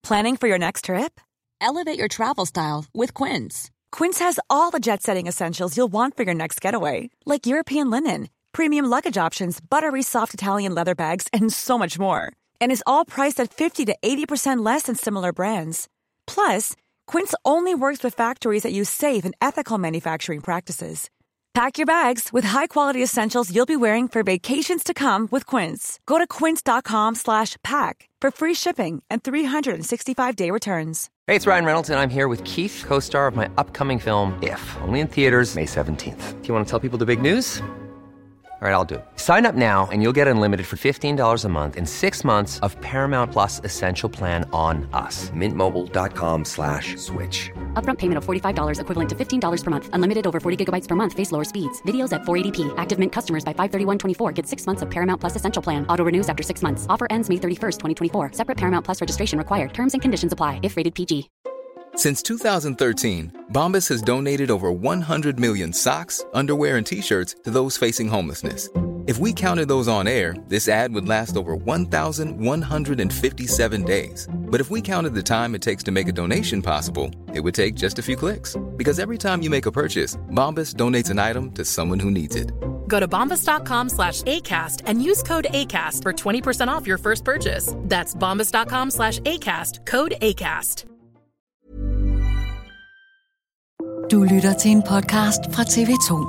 Planning for your next trip? Elevate your travel style with Quince. Quince has all the jet-setting essentials you'll want for your next getaway, like European linen, premium luggage options, buttery soft Italian leather bags, and so much more. And is all priced at 50 to 80% less than similar brands. Plus, Quince only works with factories that use safe and ethical manufacturing practices. Pack your bags with high-quality essentials you'll be wearing for vacations to come with Quince. Go to quince.com/pack for free shipping and 365-day returns. Hey, it's Ryan Reynolds, and I'm here with Keith, co-star of my upcoming film, If, only in theaters May 17th. Do you want to tell people the big news? All right, I'll do it. Sign up now and you'll get unlimited for $15 a month and 6 months of Paramount Plus Essential Plan on us. Mintmobile.com/switch. Upfront payment of $45 equivalent to $15 per month. Unlimited over 40 gigabytes per month. Face lower speeds. Videos at 480p. Active Mint customers by 531.24 get 6 months of Paramount Plus Essential Plan. Auto renews after 6 months. Offer ends May 31st, 2024. Separate Paramount Plus registration required. Terms and conditions apply if rated PG. Since 2013, Bombas has donated over 100 million socks, underwear, and T-shirts to those facing homelessness. If we counted those on air, this ad would last over 1,157 days. But if we counted the time it takes to make a donation possible, it would take just a few clicks. Because every time you make a purchase, Bombas donates an item to someone who needs it. Go to bombas.com/ACAST and use code ACAST for 20% off your first purchase. That's bombas.com/ACAST. Code ACAST. Du lytter til en podcast fra TV2.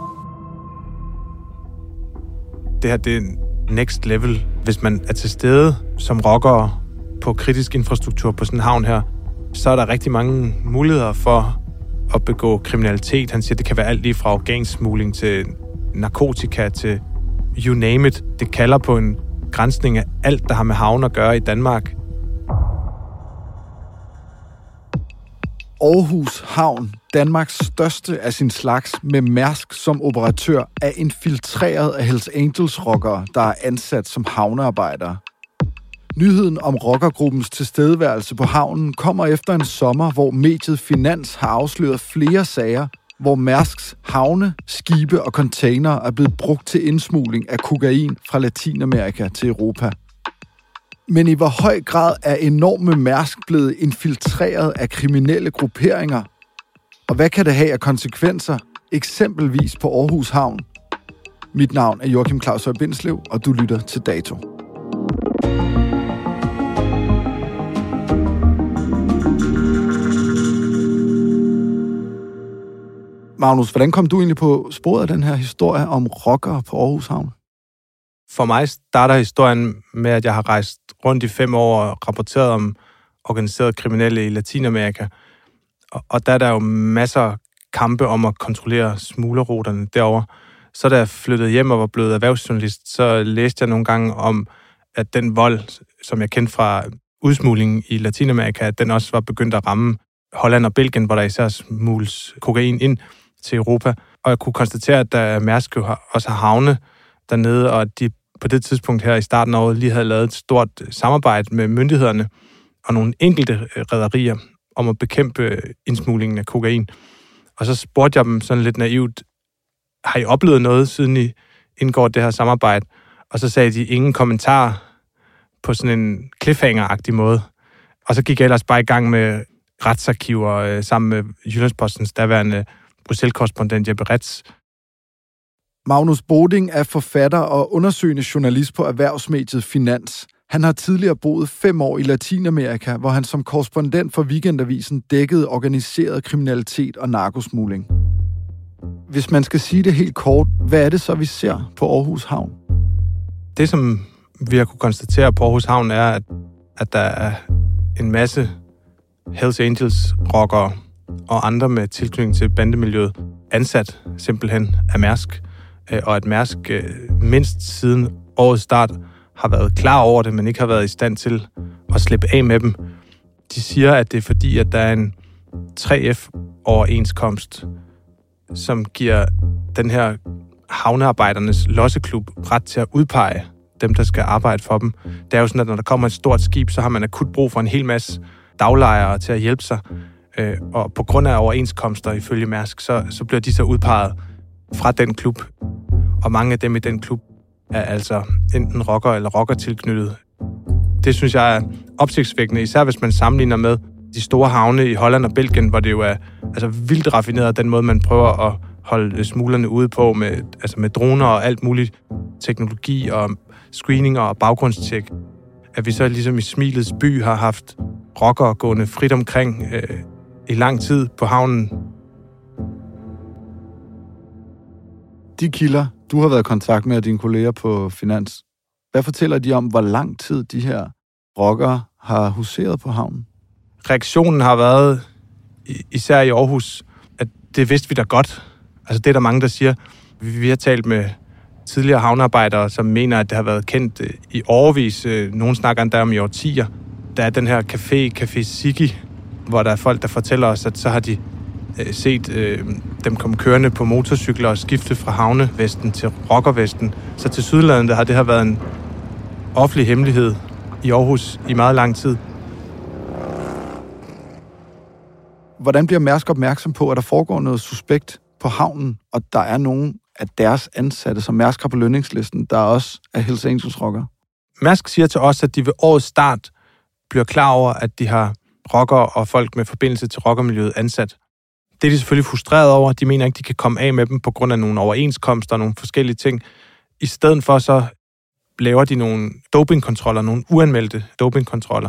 Det her, det er next level. Hvis man er til stede som rockere på kritisk infrastruktur på sådan en havn her, så er der rigtig mange muligheder for at begå kriminalitet. Han siger, det kan være alt lige fra organsmugling til narkotika til you name it. Det kalder på en granskning af alt, der har med havn at gøre i Danmark. Aarhus Havn, Danmarks største af sin slags med Mærsk som operatør, er infiltreret af Hells Angels-rockere, der er ansat som havnearbejdere. Nyheden om rockergruppens tilstedeværelse på havnen kommer efter en sommer, hvor mediet Finans har afsløret flere sager, hvor Mærsks havne, skibe og containere er blevet brugt til indsmugling af kokain fra Latinamerika til Europa. Men i hvor høj grad er enorme Mærsk blevet infiltreret af kriminelle grupperinger? Og hvad kan det have af konsekvenser, eksempelvis på Aarhus Havn? Mit navn er Joachim Claus Høj Bindslev, og du lytter til Dato. Magnus, hvordan kom du egentlig på sporet af den her historie om rockere på Aarhus Havn? For mig starter historien med, at jeg har rejst rundt i 5 år og rapporteret om organiseret kriminelle i Latinamerika. Og der er der jo masser af kampe om at kontrollere smuglerruterne derovre. Så da jeg flyttede hjem og var blevet erhvervsjournalist, så læste jeg nogle gange om, at den vold, som jeg kendte fra udsmuglingen i Latinamerika, den også var begyndt at ramme Holland og Belgien, hvor der især smugles kokain ind til Europa. Og jeg kunne konstatere, at der Mærsk også har havne dernede, og at de på det tidspunkt her i starten af året lige havde lavet et stort samarbejde med myndighederne og nogle enkelte rederier om at bekæmpe indsmuglingen af kokain. Og så spurgte jeg dem sådan lidt naivt, har I oplevet noget, siden I indgår det her samarbejde? Og så sagde de ingen kommentar på sådan en cliffhanger-agtig måde. Og så gik jeg ellers bare i gang med retsarkiver sammen med Jyllandspostens daværende Bruxelles-korrespondent Jeppe Retz. Magnus Boding er forfatter og undersøgende journalist på erhvervsmediet Finans. Han har tidligere boet 5 år i Latinamerika, hvor han som korrespondent for Weekendavisen dækkede organiseret kriminalitet og narkosmugling. Hvis man skal sige det helt kort, hvad er det så, vi ser på Aarhus Havn? Det, som vi har kunne konstatere på Aarhus Havn, er, at der er en masse Hells Angels-rockere og andre med tilknytning til bandemiljøet ansat simpelthen af Mærsk. Og at Mærsk mindst siden årets start har været klar over det, men ikke har været i stand til at slippe af med dem. De siger, at det er fordi, at der er en 3F-overenskomst, som giver den her havnearbejdernes losseklub ret til at udpege dem, der skal arbejde for dem. Det er jo sådan, at når der kommer et stort skib, så har man akut brug for en hel masse daglejere til at hjælpe sig. Og på grund af overenskomster ifølge Mærsk, så bliver de så udpeget fra den klub. Og mange af dem i den klub er altså enten rocker eller rockertilknyttet. Det synes jeg er opsigtsvækkende, især hvis man sammenligner med de store havne i Holland og Belgien, hvor det jo er vildt raffineret den måde, man prøver at holde smuglerne ude på med droner og alt muligt teknologi og screening og baggrundstjek. At vi så ligesom i Smilets by har haft rockere gående frit omkring i lang tid på havnen. De kilder, du har været i kontakt med dine kolleger på Finans. Hvad fortæller de om, hvor lang tid de her rockere har huseret på havnen? Reaktionen har været, især i Aarhus, at det vidste vi da godt. Altså det er der mange, der siger. Vi har talt med tidligere havnearbejdere, som mener, at det har været kendt i årevis. Nogle snakker endda om i årtier. Der er den her Café Sigi, hvor der er folk, der fortæller os, at så har de set dem komme kørende på motorcykler og skifte fra havnevesten til rockervesten. Så til Sydlandet har det her været en offentlig hemmelighed i Aarhus i meget lang tid. Hvordan bliver Mærsk opmærksom på, at der foregår noget suspekt på havnen, og der er nogen af deres ansatte, som Mærsk har på lønningslisten, der også er Hells Angels rockere? Mærsk siger til os, at de ved årets start bliver klar over, at de har rockere og folk med forbindelse til rockermiljøet ansat. Det er de selvfølgelig frustreret over. De mener ikke, de kan komme af med dem på grund af nogle overenskomster og nogle forskellige ting. I stedet for så laver de nogle dopingkontroller, nogle uanmeldte dopingkontroller.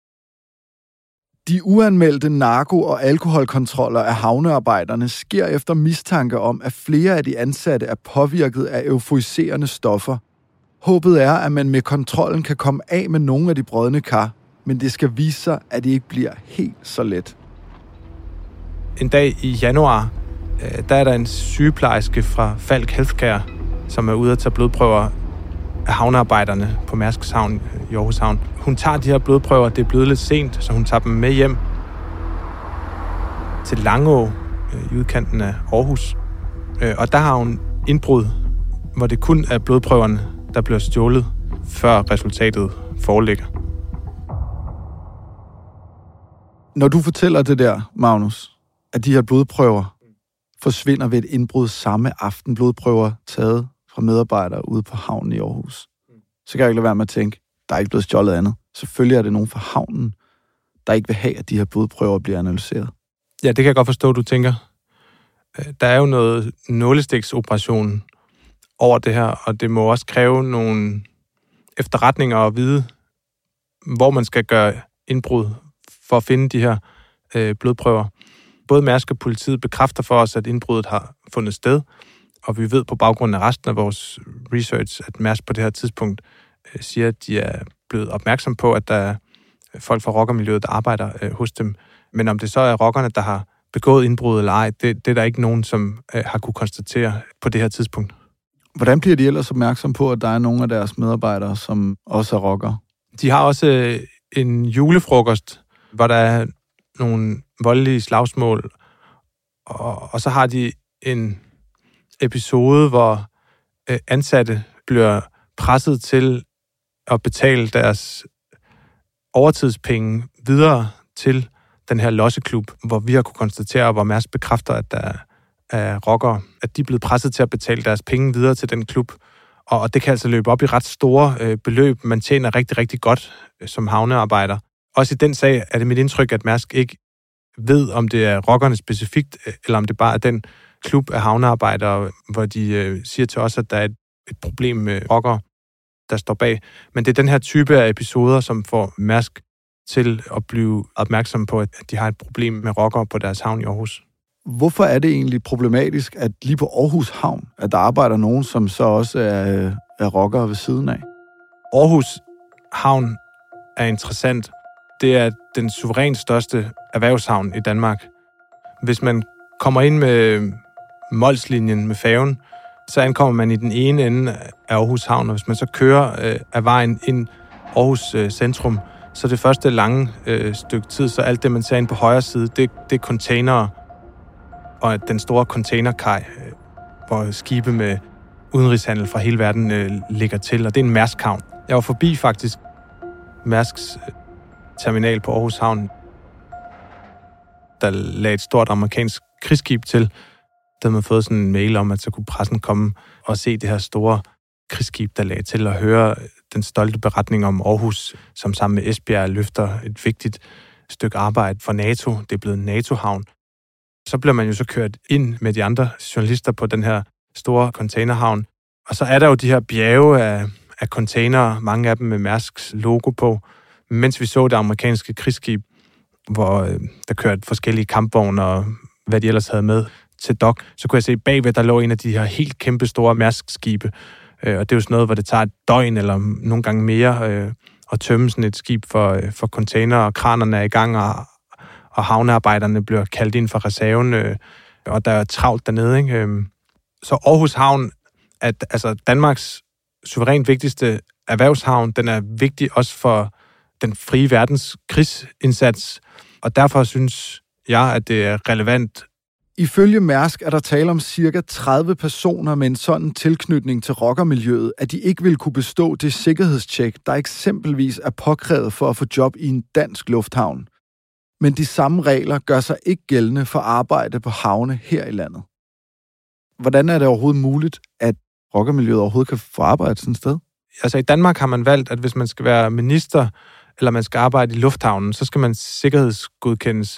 De uanmeldte narko- og alkoholkontroller af havnearbejderne sker efter mistanke om, at flere af de ansatte er påvirket af euforiserende stoffer. Håbet er, at man med kontrollen kan komme af med nogle af de brodne kar, men det skal vise sig, at det ikke bliver helt så let. En dag i januar, der er der en sygeplejerske fra Falck Healthcare, som er ude at tage blodprøver af havnearbejderne på Mærsks havn i Aarhus Havn. Hun tager de her blodprøver, det er blevet lidt sent, så hun tager dem med hjem til Langå i udkanten af Aarhus. Og der har hun indbrud, hvor det kun er blodprøverne, der bliver stjålet, før resultatet foreligger. Når du fortæller det der, Magnus, at de her blodprøver forsvinder ved et indbrud samme aften, blodprøver taget fra medarbejdere ude på havnen i Aarhus, så kan jeg ikke lade være med at tænke, der er ikke blevet stjålet andet. Selvfølgelig er det nogen fra havnen, der ikke vil have, at de her blodprøver bliver analyseret. Ja, det kan jeg godt forstå, du tænker. Der er jo noget nålestiksoperation over det her, og det må også kræve nogle efterretninger og vide, hvor man skal gøre indbrud for at finde de her blodprøver. Både Mærsk og politiet bekræfter for os, at indbruddet har fundet sted, og vi ved på baggrund af resten af vores research, at Mærsk på det her tidspunkt siger, at de er blevet opmærksom på, at der er folk fra rockermiljøet, der arbejder hos dem. Men om det så er rockerne, der har begået indbrud eller ej, det er der ikke nogen, som har kunne konstatere på det her tidspunkt. Hvordan bliver de ellers opmærksom på, at der er nogle af deres medarbejdere, som også er rockere? De har også en julefrokost, hvor der er nogle voldelige slagsmål, og så har de en episode, hvor ansatte bliver presset til at betale deres overtidspenge videre til den her losseklub, hvor vi har kunne konstatere, hvor Mærsk bekræfter, at der er rockere, at de er blevet presset til at betale deres penge videre til den klub. Og det kan altså løbe op i ret store beløb. Man tjener rigtig, rigtig godt som havnearbejder. Også i den sag er det mit indtryk, at Mærsk ikke ved, om det er rockerne specifikt, eller om det bare er den klub af havnearbejdere, hvor de siger til os, at der er et problem med rockere, der står bag. Men det er den her type af episoder, som får Mærsk til at blive opmærksom på, at de har et problem med rockere på deres havn i Aarhus. Hvorfor er det egentlig problematisk, at lige på Aarhus Havn, at der arbejder nogen, som så også er rockere ved siden af? Aarhus Havn er interessant. Det er den suverænt største erhvervshavn i Danmark. Hvis man kommer ind med Molslinjen med færgen, så ankommer man i den ene ende af Aarhus Havn, og hvis man så kører af vejen ind Aarhus centrum, så det første lange stykke tid, så alt det, man ser ind på højre side, det er containere og den store containerkaj, hvor skibe med udenrigshandel fra hele verden ligger til, og det er en Mærsk-havn. Jeg var forbi faktisk Mærsks terminal på Aarhus Havn, der lagde et stort amerikansk krigsskib til. Der havde man fået sådan en mail om, at så kunne pressen komme og se det her store krigsskib, der lagde til at høre den stolte beretning om Aarhus, som sammen med Esbjerg løfter et vigtigt stykke arbejde for NATO. Det er blevet en NATO-havn. Så bliver man jo så kørt ind med de andre journalister på den her store containerhavn. Og så er der jo de her bjerge af containere, mange af dem med Mærsks logo på. Mens vi så det amerikanske krigsskib, hvor der kørte forskellige kampvogne og hvad de ellers havde med til dok, så kunne jeg se bagved, der lå en af de her helt kæmpe store Mærsk-skibe. Og det er jo sådan noget, hvor det tager et døgn eller nogle gange mere at tømme sådan et skib for container, og kranerne er i gang, og havnearbejderne bliver kaldt ind fra reserven, og der er travlt dernede, ikke? Så Aarhus Havn er altså Danmarks suverænt vigtigste erhvervshavn. Den er vigtig også for den frie verdens krigsindsats, og derfor synes jeg, at det er relevant. Ifølge Mærsk er der tale om cirka 30 personer med en sådan tilknytning til rockermiljøet, at de ikke vil kunne bestå det sikkerhedstjek, der eksempelvis er påkrævet for at få job i en dansk lufthavn. Men de samme regler gør sig ikke gældende for arbejde på havne her i landet. Hvordan er det overhovedet muligt, at rockermiljøet overhovedet kan få arbejde sådan et sted? Altså i Danmark har man valgt, at hvis man skal være minister, eller man skal arbejde i lufthavnen, så skal man sikkerhedsgodkendes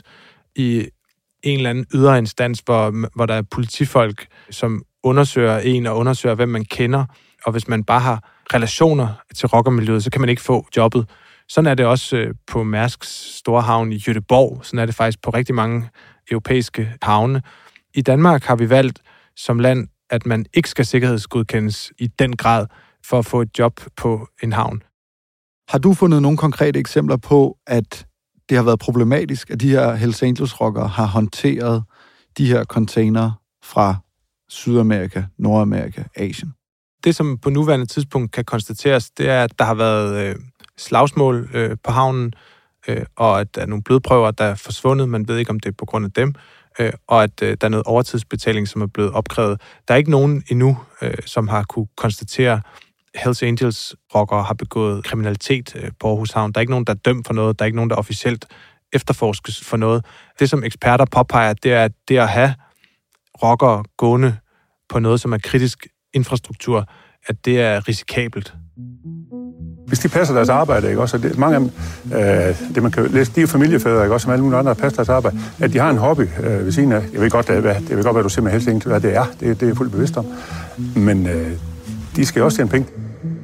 i en eller anden ydre instans, hvor der er politifolk, som undersøger en og undersøger, hvem man kender. Og hvis man bare har relationer til rockermiljøet, så kan man ikke få jobbet. Sådan er det også på Mærsks store havn i Göteborg. Sådan er det faktisk på rigtig mange europæiske havne. I Danmark har vi valgt som land, at man ikke skal sikkerhedsgodkendes i den grad for at få et job på en havn. Har du fundet nogle konkrete eksempler på, at det har været problematisk, at de her Hells Angels-rockere har håndteret de her containere fra Sydamerika, Nordamerika, Asien? Det, som på nuværende tidspunkt kan konstateres, det er, at der har været slagsmål på havnen, og at der er nogle blodprøver, der er forsvundet. Man ved ikke, om det er på grund af dem, og at der er noget overtidsbetaling, som er blevet opkrævet. Der er ikke nogen endnu, som har kunne konstatere, Hells Angels rockere har begået kriminalitet på Aarhus Havn. Der er ikke nogen, der er dømt for noget. Der er ikke nogen, der officielt efterforskes for noget. Det, som eksperter påpeger, det er, at det at have rockere gående på noget, som er kritisk infrastruktur, at det er risikabelt. Hvis de passer deres arbejde, ikke også? Mange af dem, det man kan læse, de er familiefædre, ikke også? Som alle mulige andre, der passer deres arbejde, at de har en hobby ved siden af. Jeg ved godt, hvad du siger med Hells Angels, hvad det er. Det er jeg fuldt bevidst om. Men de skal også tjene penge.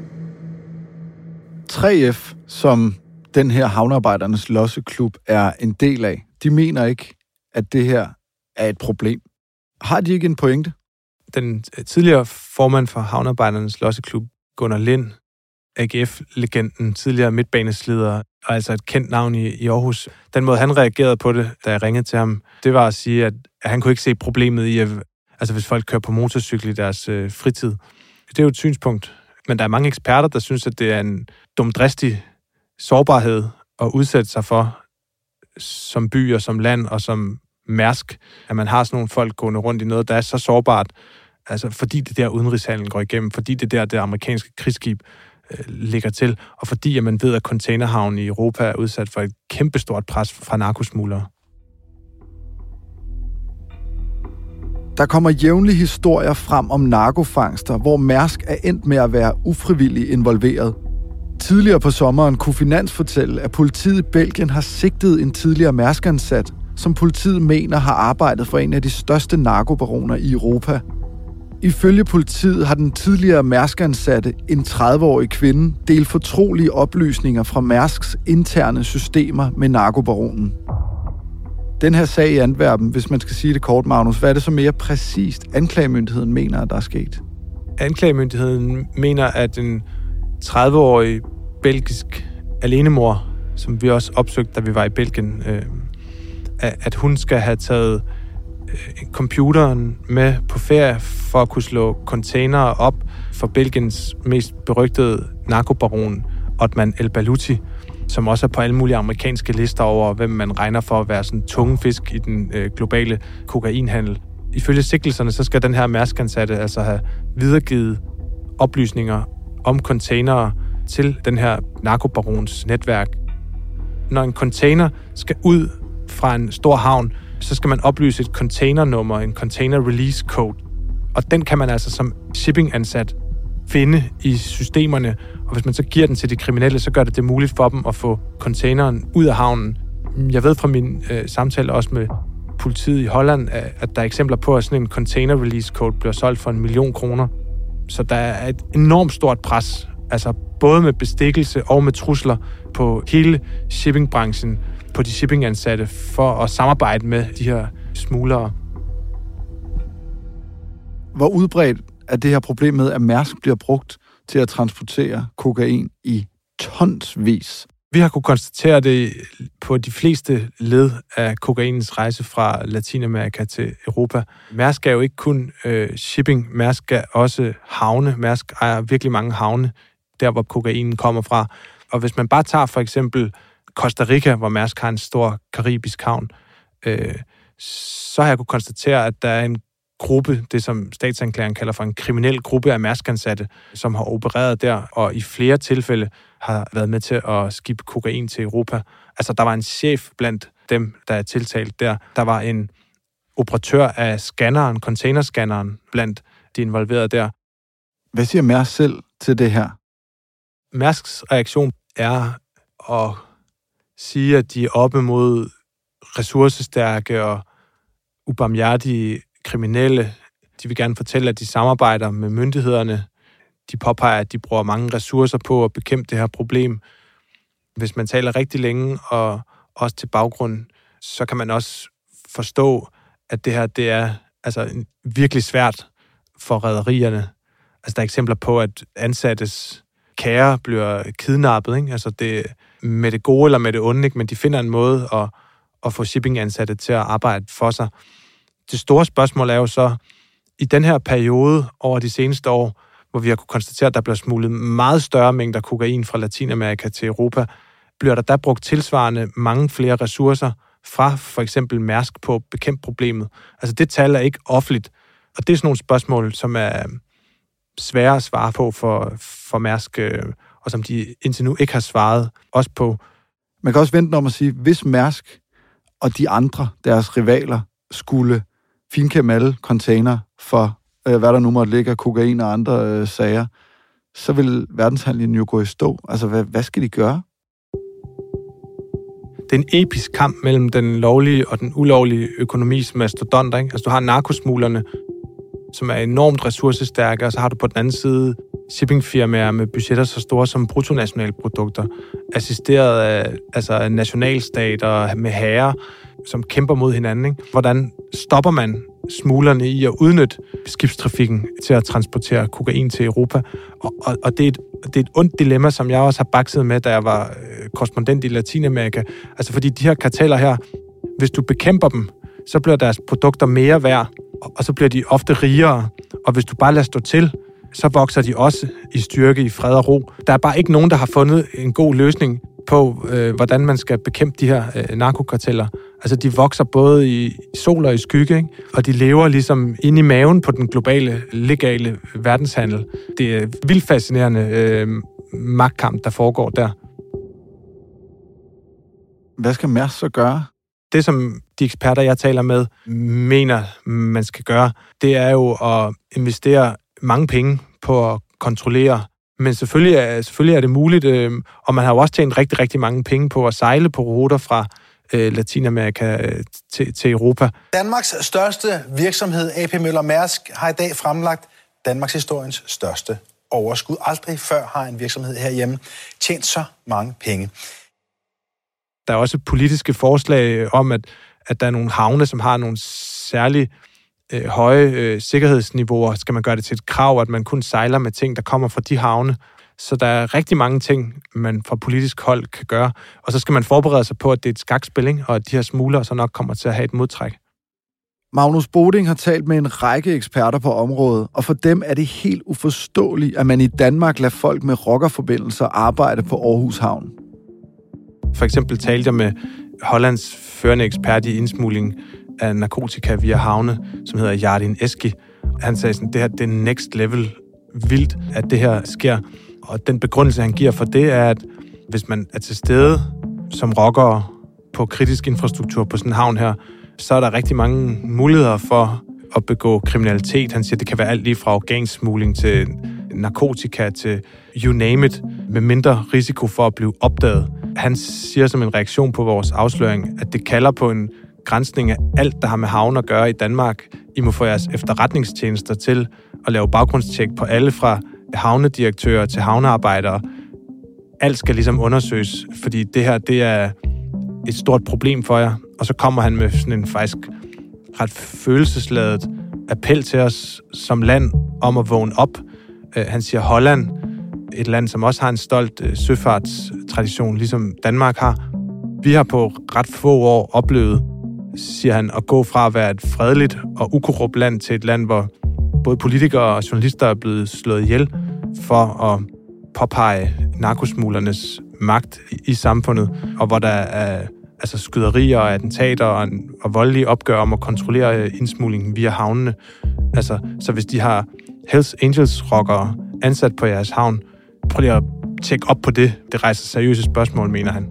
3F, som den her havnearbejdernes losseklub er en del af, de mener ikke, at det her er et problem. Har de ikke en pointe? Den tidligere formand for havnearbejdernes losseklub, Gunnar Lind, AGF-legenden, tidligere midtbanesleder, og altså et kendt navn i Aarhus. Den måde, han reagerede på det, da jeg ringede til ham, det var at sige, at han kunne ikke se problemet i, altså hvis folk kører på motorcykel i deres fritid. Det er jo et synspunkt. Men der er mange eksperter, der synes, at det er en dumdristig sårbarhed at udsætte sig for som by og som land og som Mærsk, at man har sådan nogle folk gående rundt i noget, der er så sårbart, altså fordi det der udenrigshandlen går igennem, fordi det amerikanske krigsskib ligger til, og fordi at man ved, at containerhavnen i Europa er udsat for et kæmpestort pres fra narkosmuglere. Der kommer jævnlige historier frem om narkofangster, hvor Mærsk er endt med at være ufrivilligt involveret. Tidligere på sommeren kunne Finans fortælle, at politiet i Belgien har sigtet en tidligere Mærsk-ansat, som politiet mener har arbejdet for en af de største narkobaroner i Europa. Ifølge politiet har den tidligere Mærsk-ansatte, en 30-årig kvinde, delt fortrolige oplysninger fra Mærsks interne systemer med narkobaronen. Den her sag i Antwerpen, hvis man skal sige det kort, Magnus, hvad er det så mere præcist, anklagemyndigheden mener, at der er sket? Anklagemyndigheden mener, at en 30-årig belgisk alenemor, som vi også opsøgte, da vi var i Belgien, at hun skal have taget computeren med på ferie for at kunne slå containere op for Belgiens mest berygtede narkobaron, Othman El Baluti, som også er på alle mulige amerikanske lister over, hvem man regner for at være sådan tunge fisk i den globale kokainhandel. Ifølge sigtelserne, så skal den her Mærsk-ansatte altså have videregivet oplysninger om containere til den her narkobarons netværk. Når en container skal ud fra en stor havn, så skal man oplyse et containernummer, en container release code. Og den kan man altså som shippingansat finde i systemerne, og hvis man så giver den til de kriminelle, så gør det muligt for dem at få containeren ud af havnen. Jeg ved fra min samtale også med politiet i Holland, at der er eksempler på, at sådan en container release code bliver solgt for 1 million kroner. Så der er et enormt stort pres, altså både med bestikkelse og med trusler på hele shippingbranchen, på de shippingansatte, for at samarbejde med de her smuglere. Hvor udbredt er det her problem med, at Mærsk bliver brugt til at transportere kokain i tonsvis? Vi har kunnet konstatere det på de fleste led af kokainens rejse fra Latinamerika til Europa. Mærsk er jo ikke kun shipping, Mærsk er også havne. Mærsk ejer virkelig mange havne, der hvor kokainen kommer fra. Og hvis man bare tager for eksempel Costa Rica, hvor Mærsk har en stor karibisk havn, så har jeg kunnet konstatere, at der er en gruppe, det som statsanklageren kalder for en kriminel gruppe af Mærsk-ansatte, som har opereret der, og i flere tilfælde har været med til at skibe kokain til Europa. Altså, der var en chef blandt dem, der er tiltalt der. Der var en operatør af scanneren, containerscanneren, blandt de involverede der. Hvad siger Mærsk selv til det her? Mærsks reaktion er at sige, at de er oppe mod ressourcestærke og ubarmhjertige kriminelle. De vil gerne fortælle, at de samarbejder med myndighederne. De påpeger, at de bruger mange ressourcer på at bekæmpe det her problem. Hvis man taler rigtig længe og også til baggrund, så kan man også forstå, at det her det er altså virkelig svært for rederierne. Altså der er eksempler på, at ansattes kære bliver kidnappet, ikke? Altså det med det gode eller med det onde, ikke? Men de finder en måde at få shippingansatte til at arbejde for sig. Det store spørgsmål er jo så, i den her periode over de seneste år, hvor vi har kunne konstatere, at der bliver smuglet meget større mængder kokain fra Latinamerika til Europa, bliver der brugt tilsvarende mange flere ressourcer fra for eksempel Mærsk på at bekæmpe problemet. Altså det tal er ikke offentligt, og det er sådan nogle spørgsmål, som er svære at svare på for Mærsk, og som de indtil nu ikke har svaret også på. Man kan også vente om at sige, hvis Mærsk og de andre, deres rivaler, skulle finkæmme alle container for, hvad der nu måtte ligge af kokain og andre sager, så vil verdenshandlen jo gå i stå. Altså, hvad skal de gøre? Det er en episk kamp mellem den lovlige og den ulovlige økonomis mastodonter, ikke? Altså, du har narkosmuglerne, som er enormt ressourcestærke, og så har du på den anden side shippingfirmaer med budgetter så store som bruttonationalprodukter, assisteret af nationalstater med hære, som kæmper mod hinanden, ikke? Hvordan stopper man smuglerne i at udnytte skibstrafikken til at transportere kokain til Europa? Og det er et ondt dilemma, som jeg også har bakset med, da jeg var korrespondent i Latinamerika. Altså fordi de her karteller her, hvis du bekæmper dem, så bliver deres produkter mere værd, og så bliver de ofte rigere. Og hvis du bare lader stå til, så vokser de også i styrke, i fred og ro. Der er bare ikke nogen, der har fundet en god løsning på, hvordan man skal bekæmpe de her narkokarteller. Altså, de vokser både i sol og i skygge, ikke? Og de lever ligesom inde i maven på den globale, legale verdenshandel. Det er vildt fascinerende magtkamp, der foregår der. Hvad skal Mærsk så gøre? Det, som de eksperter, jeg taler med, mener, man skal gøre, det er jo at investere mange penge på at kontrollere. Men selvfølgelig er det muligt, og man har jo også tjent rigtig, rigtig mange penge på at sejle på ruter fra Latinamerika til Europa. Danmarks største virksomhed, AP Møller Mærsk, har i dag fremlagt Danmarks historiens største overskud. Aldrig før har en virksomhed herhjemme tjent så mange penge. Der er også politiske forslag om, at der er nogle havne, som har nogle særlige høje sikkerhedsniveauer. Skal man gøre det til et krav, at man kun sejler med ting, der kommer fra de havne. Så der er rigtig mange ting, man fra politisk hold kan gøre. Og så skal man forberede sig på, at det er et skakspil, ikke? Og at de her smuglere så nok kommer til at have et modtræk. Magnus Boding har talt med en række eksperter på området, og for dem er det helt uforståeligt, at man i Danmark lader folk med rockerforbindelser arbejde på Aarhus Havn. For eksempel talte jeg med Hollands førende ekspert i indsmugling af narkotika via havne, som hedder Jardin Eski. Han sagde sådan, det her det er next level vildt, at det her sker. Og den begrundelse, han giver for det, er, at hvis man er til stede som rocker på kritisk infrastruktur på sådan en havn her, så er der rigtig mange muligheder for at begå kriminalitet. Han siger, det kan være alt lige fra organsmugling til narkotika til you name it, med mindre risiko for at blive opdaget. Han siger som en reaktion på vores afsløring, at det kalder på en granskning af alt, der har med havne at gøre i Danmark. I må få jeres efterretningstjenester til at lave baggrundstjek på alle fra havnedirektører til havnearbejdere. Alt skal ligesom undersøges, fordi det her, det er et stort problem for jer. Og så kommer han med sådan en faktisk ret følelsesladet appel til os som land om at vågne op. Han siger Holland, et land, som også har en stolt søfartstradition, ligesom Danmark har. Vi har på ret få år oplevet, siger han, at gå fra at være et fredeligt og ukorrupt land til et land, hvor både politikere og journalister er blevet slået ihjel for at påpege narkosmuglernes magt i samfundet, og hvor der er skyderier og attentater og voldelige opgør om at kontrollere indsmuglingen via havnene. Så hvis de har Hells Angels-rockere ansat på jeres havn, prøv lige at tjekke op på det. Det rejser seriøse spørgsmål, mener han.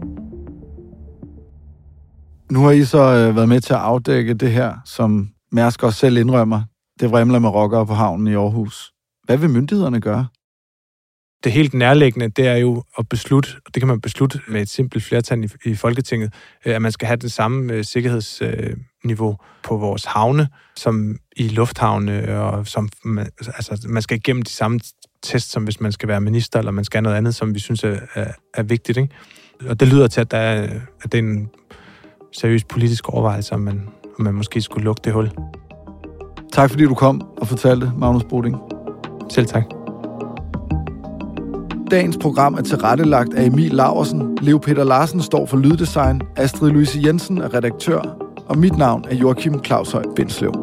Nu har I så været med til at afdække det her, som Mærsk også selv indrømmer. Det vrimler med rockere på havnen i Aarhus. Hvad vil myndighederne gøre? Det helt nærliggende, det er jo at beslutte, og det kan man beslutte med et simpelt flertal i Folketinget, at man skal have det samme sikkerhedsniveau på vores havne, som i lufthavne, og som man skal igennem de samme test, som hvis man skal være minister, eller man skal noget andet, som vi synes er vigtigt, ikke? Og det lyder til, at det er en seriøs politisk overvejelse, om man måske skulle lukke det hul. Tak fordi du kom og fortalte, Magnus Boding. Selv tak. Dagens program er tilrettelagt af Emil Laursen, Leo Peter Larsen står for lyddesign, Astrid Louise Jensen er redaktør, og mit navn er Joachim Claushøj Bindslev.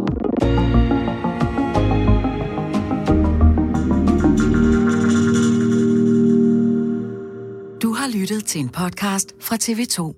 Du har lyttet til en podcast fra TV2.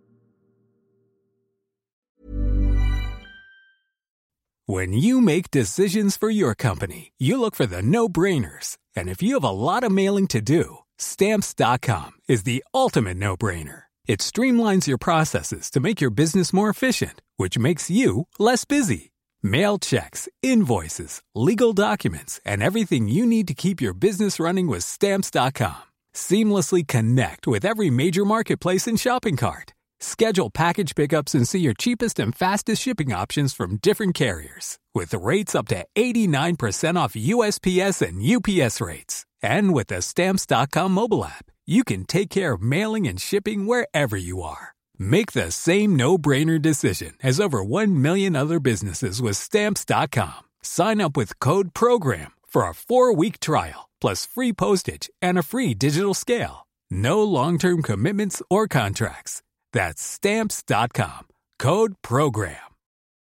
When you make decisions for your company, you look for the no-brainers. And if you have a lot of mailing to do, Stamps.com is the ultimate no-brainer. It streamlines your processes to make your business more efficient, which makes you less busy. Mail checks, invoices, legal documents, and everything you need to keep your business running with Stamps.com. Seamlessly connect with every major marketplace and shopping cart. Schedule package pickups and see your cheapest and fastest shipping options from different carriers. With rates up to 89% off USPS and UPS rates. And with the Stamps.com mobile app, you can take care of mailing and shipping wherever you are. Make the same no-brainer decision as over 1 million other businesses with Stamps.com. Sign up with code PROGRAM for a 4-week trial, plus free postage and a free digital scale. No long-term commitments or contracts. That's Stamps.com. Code PROGRAM.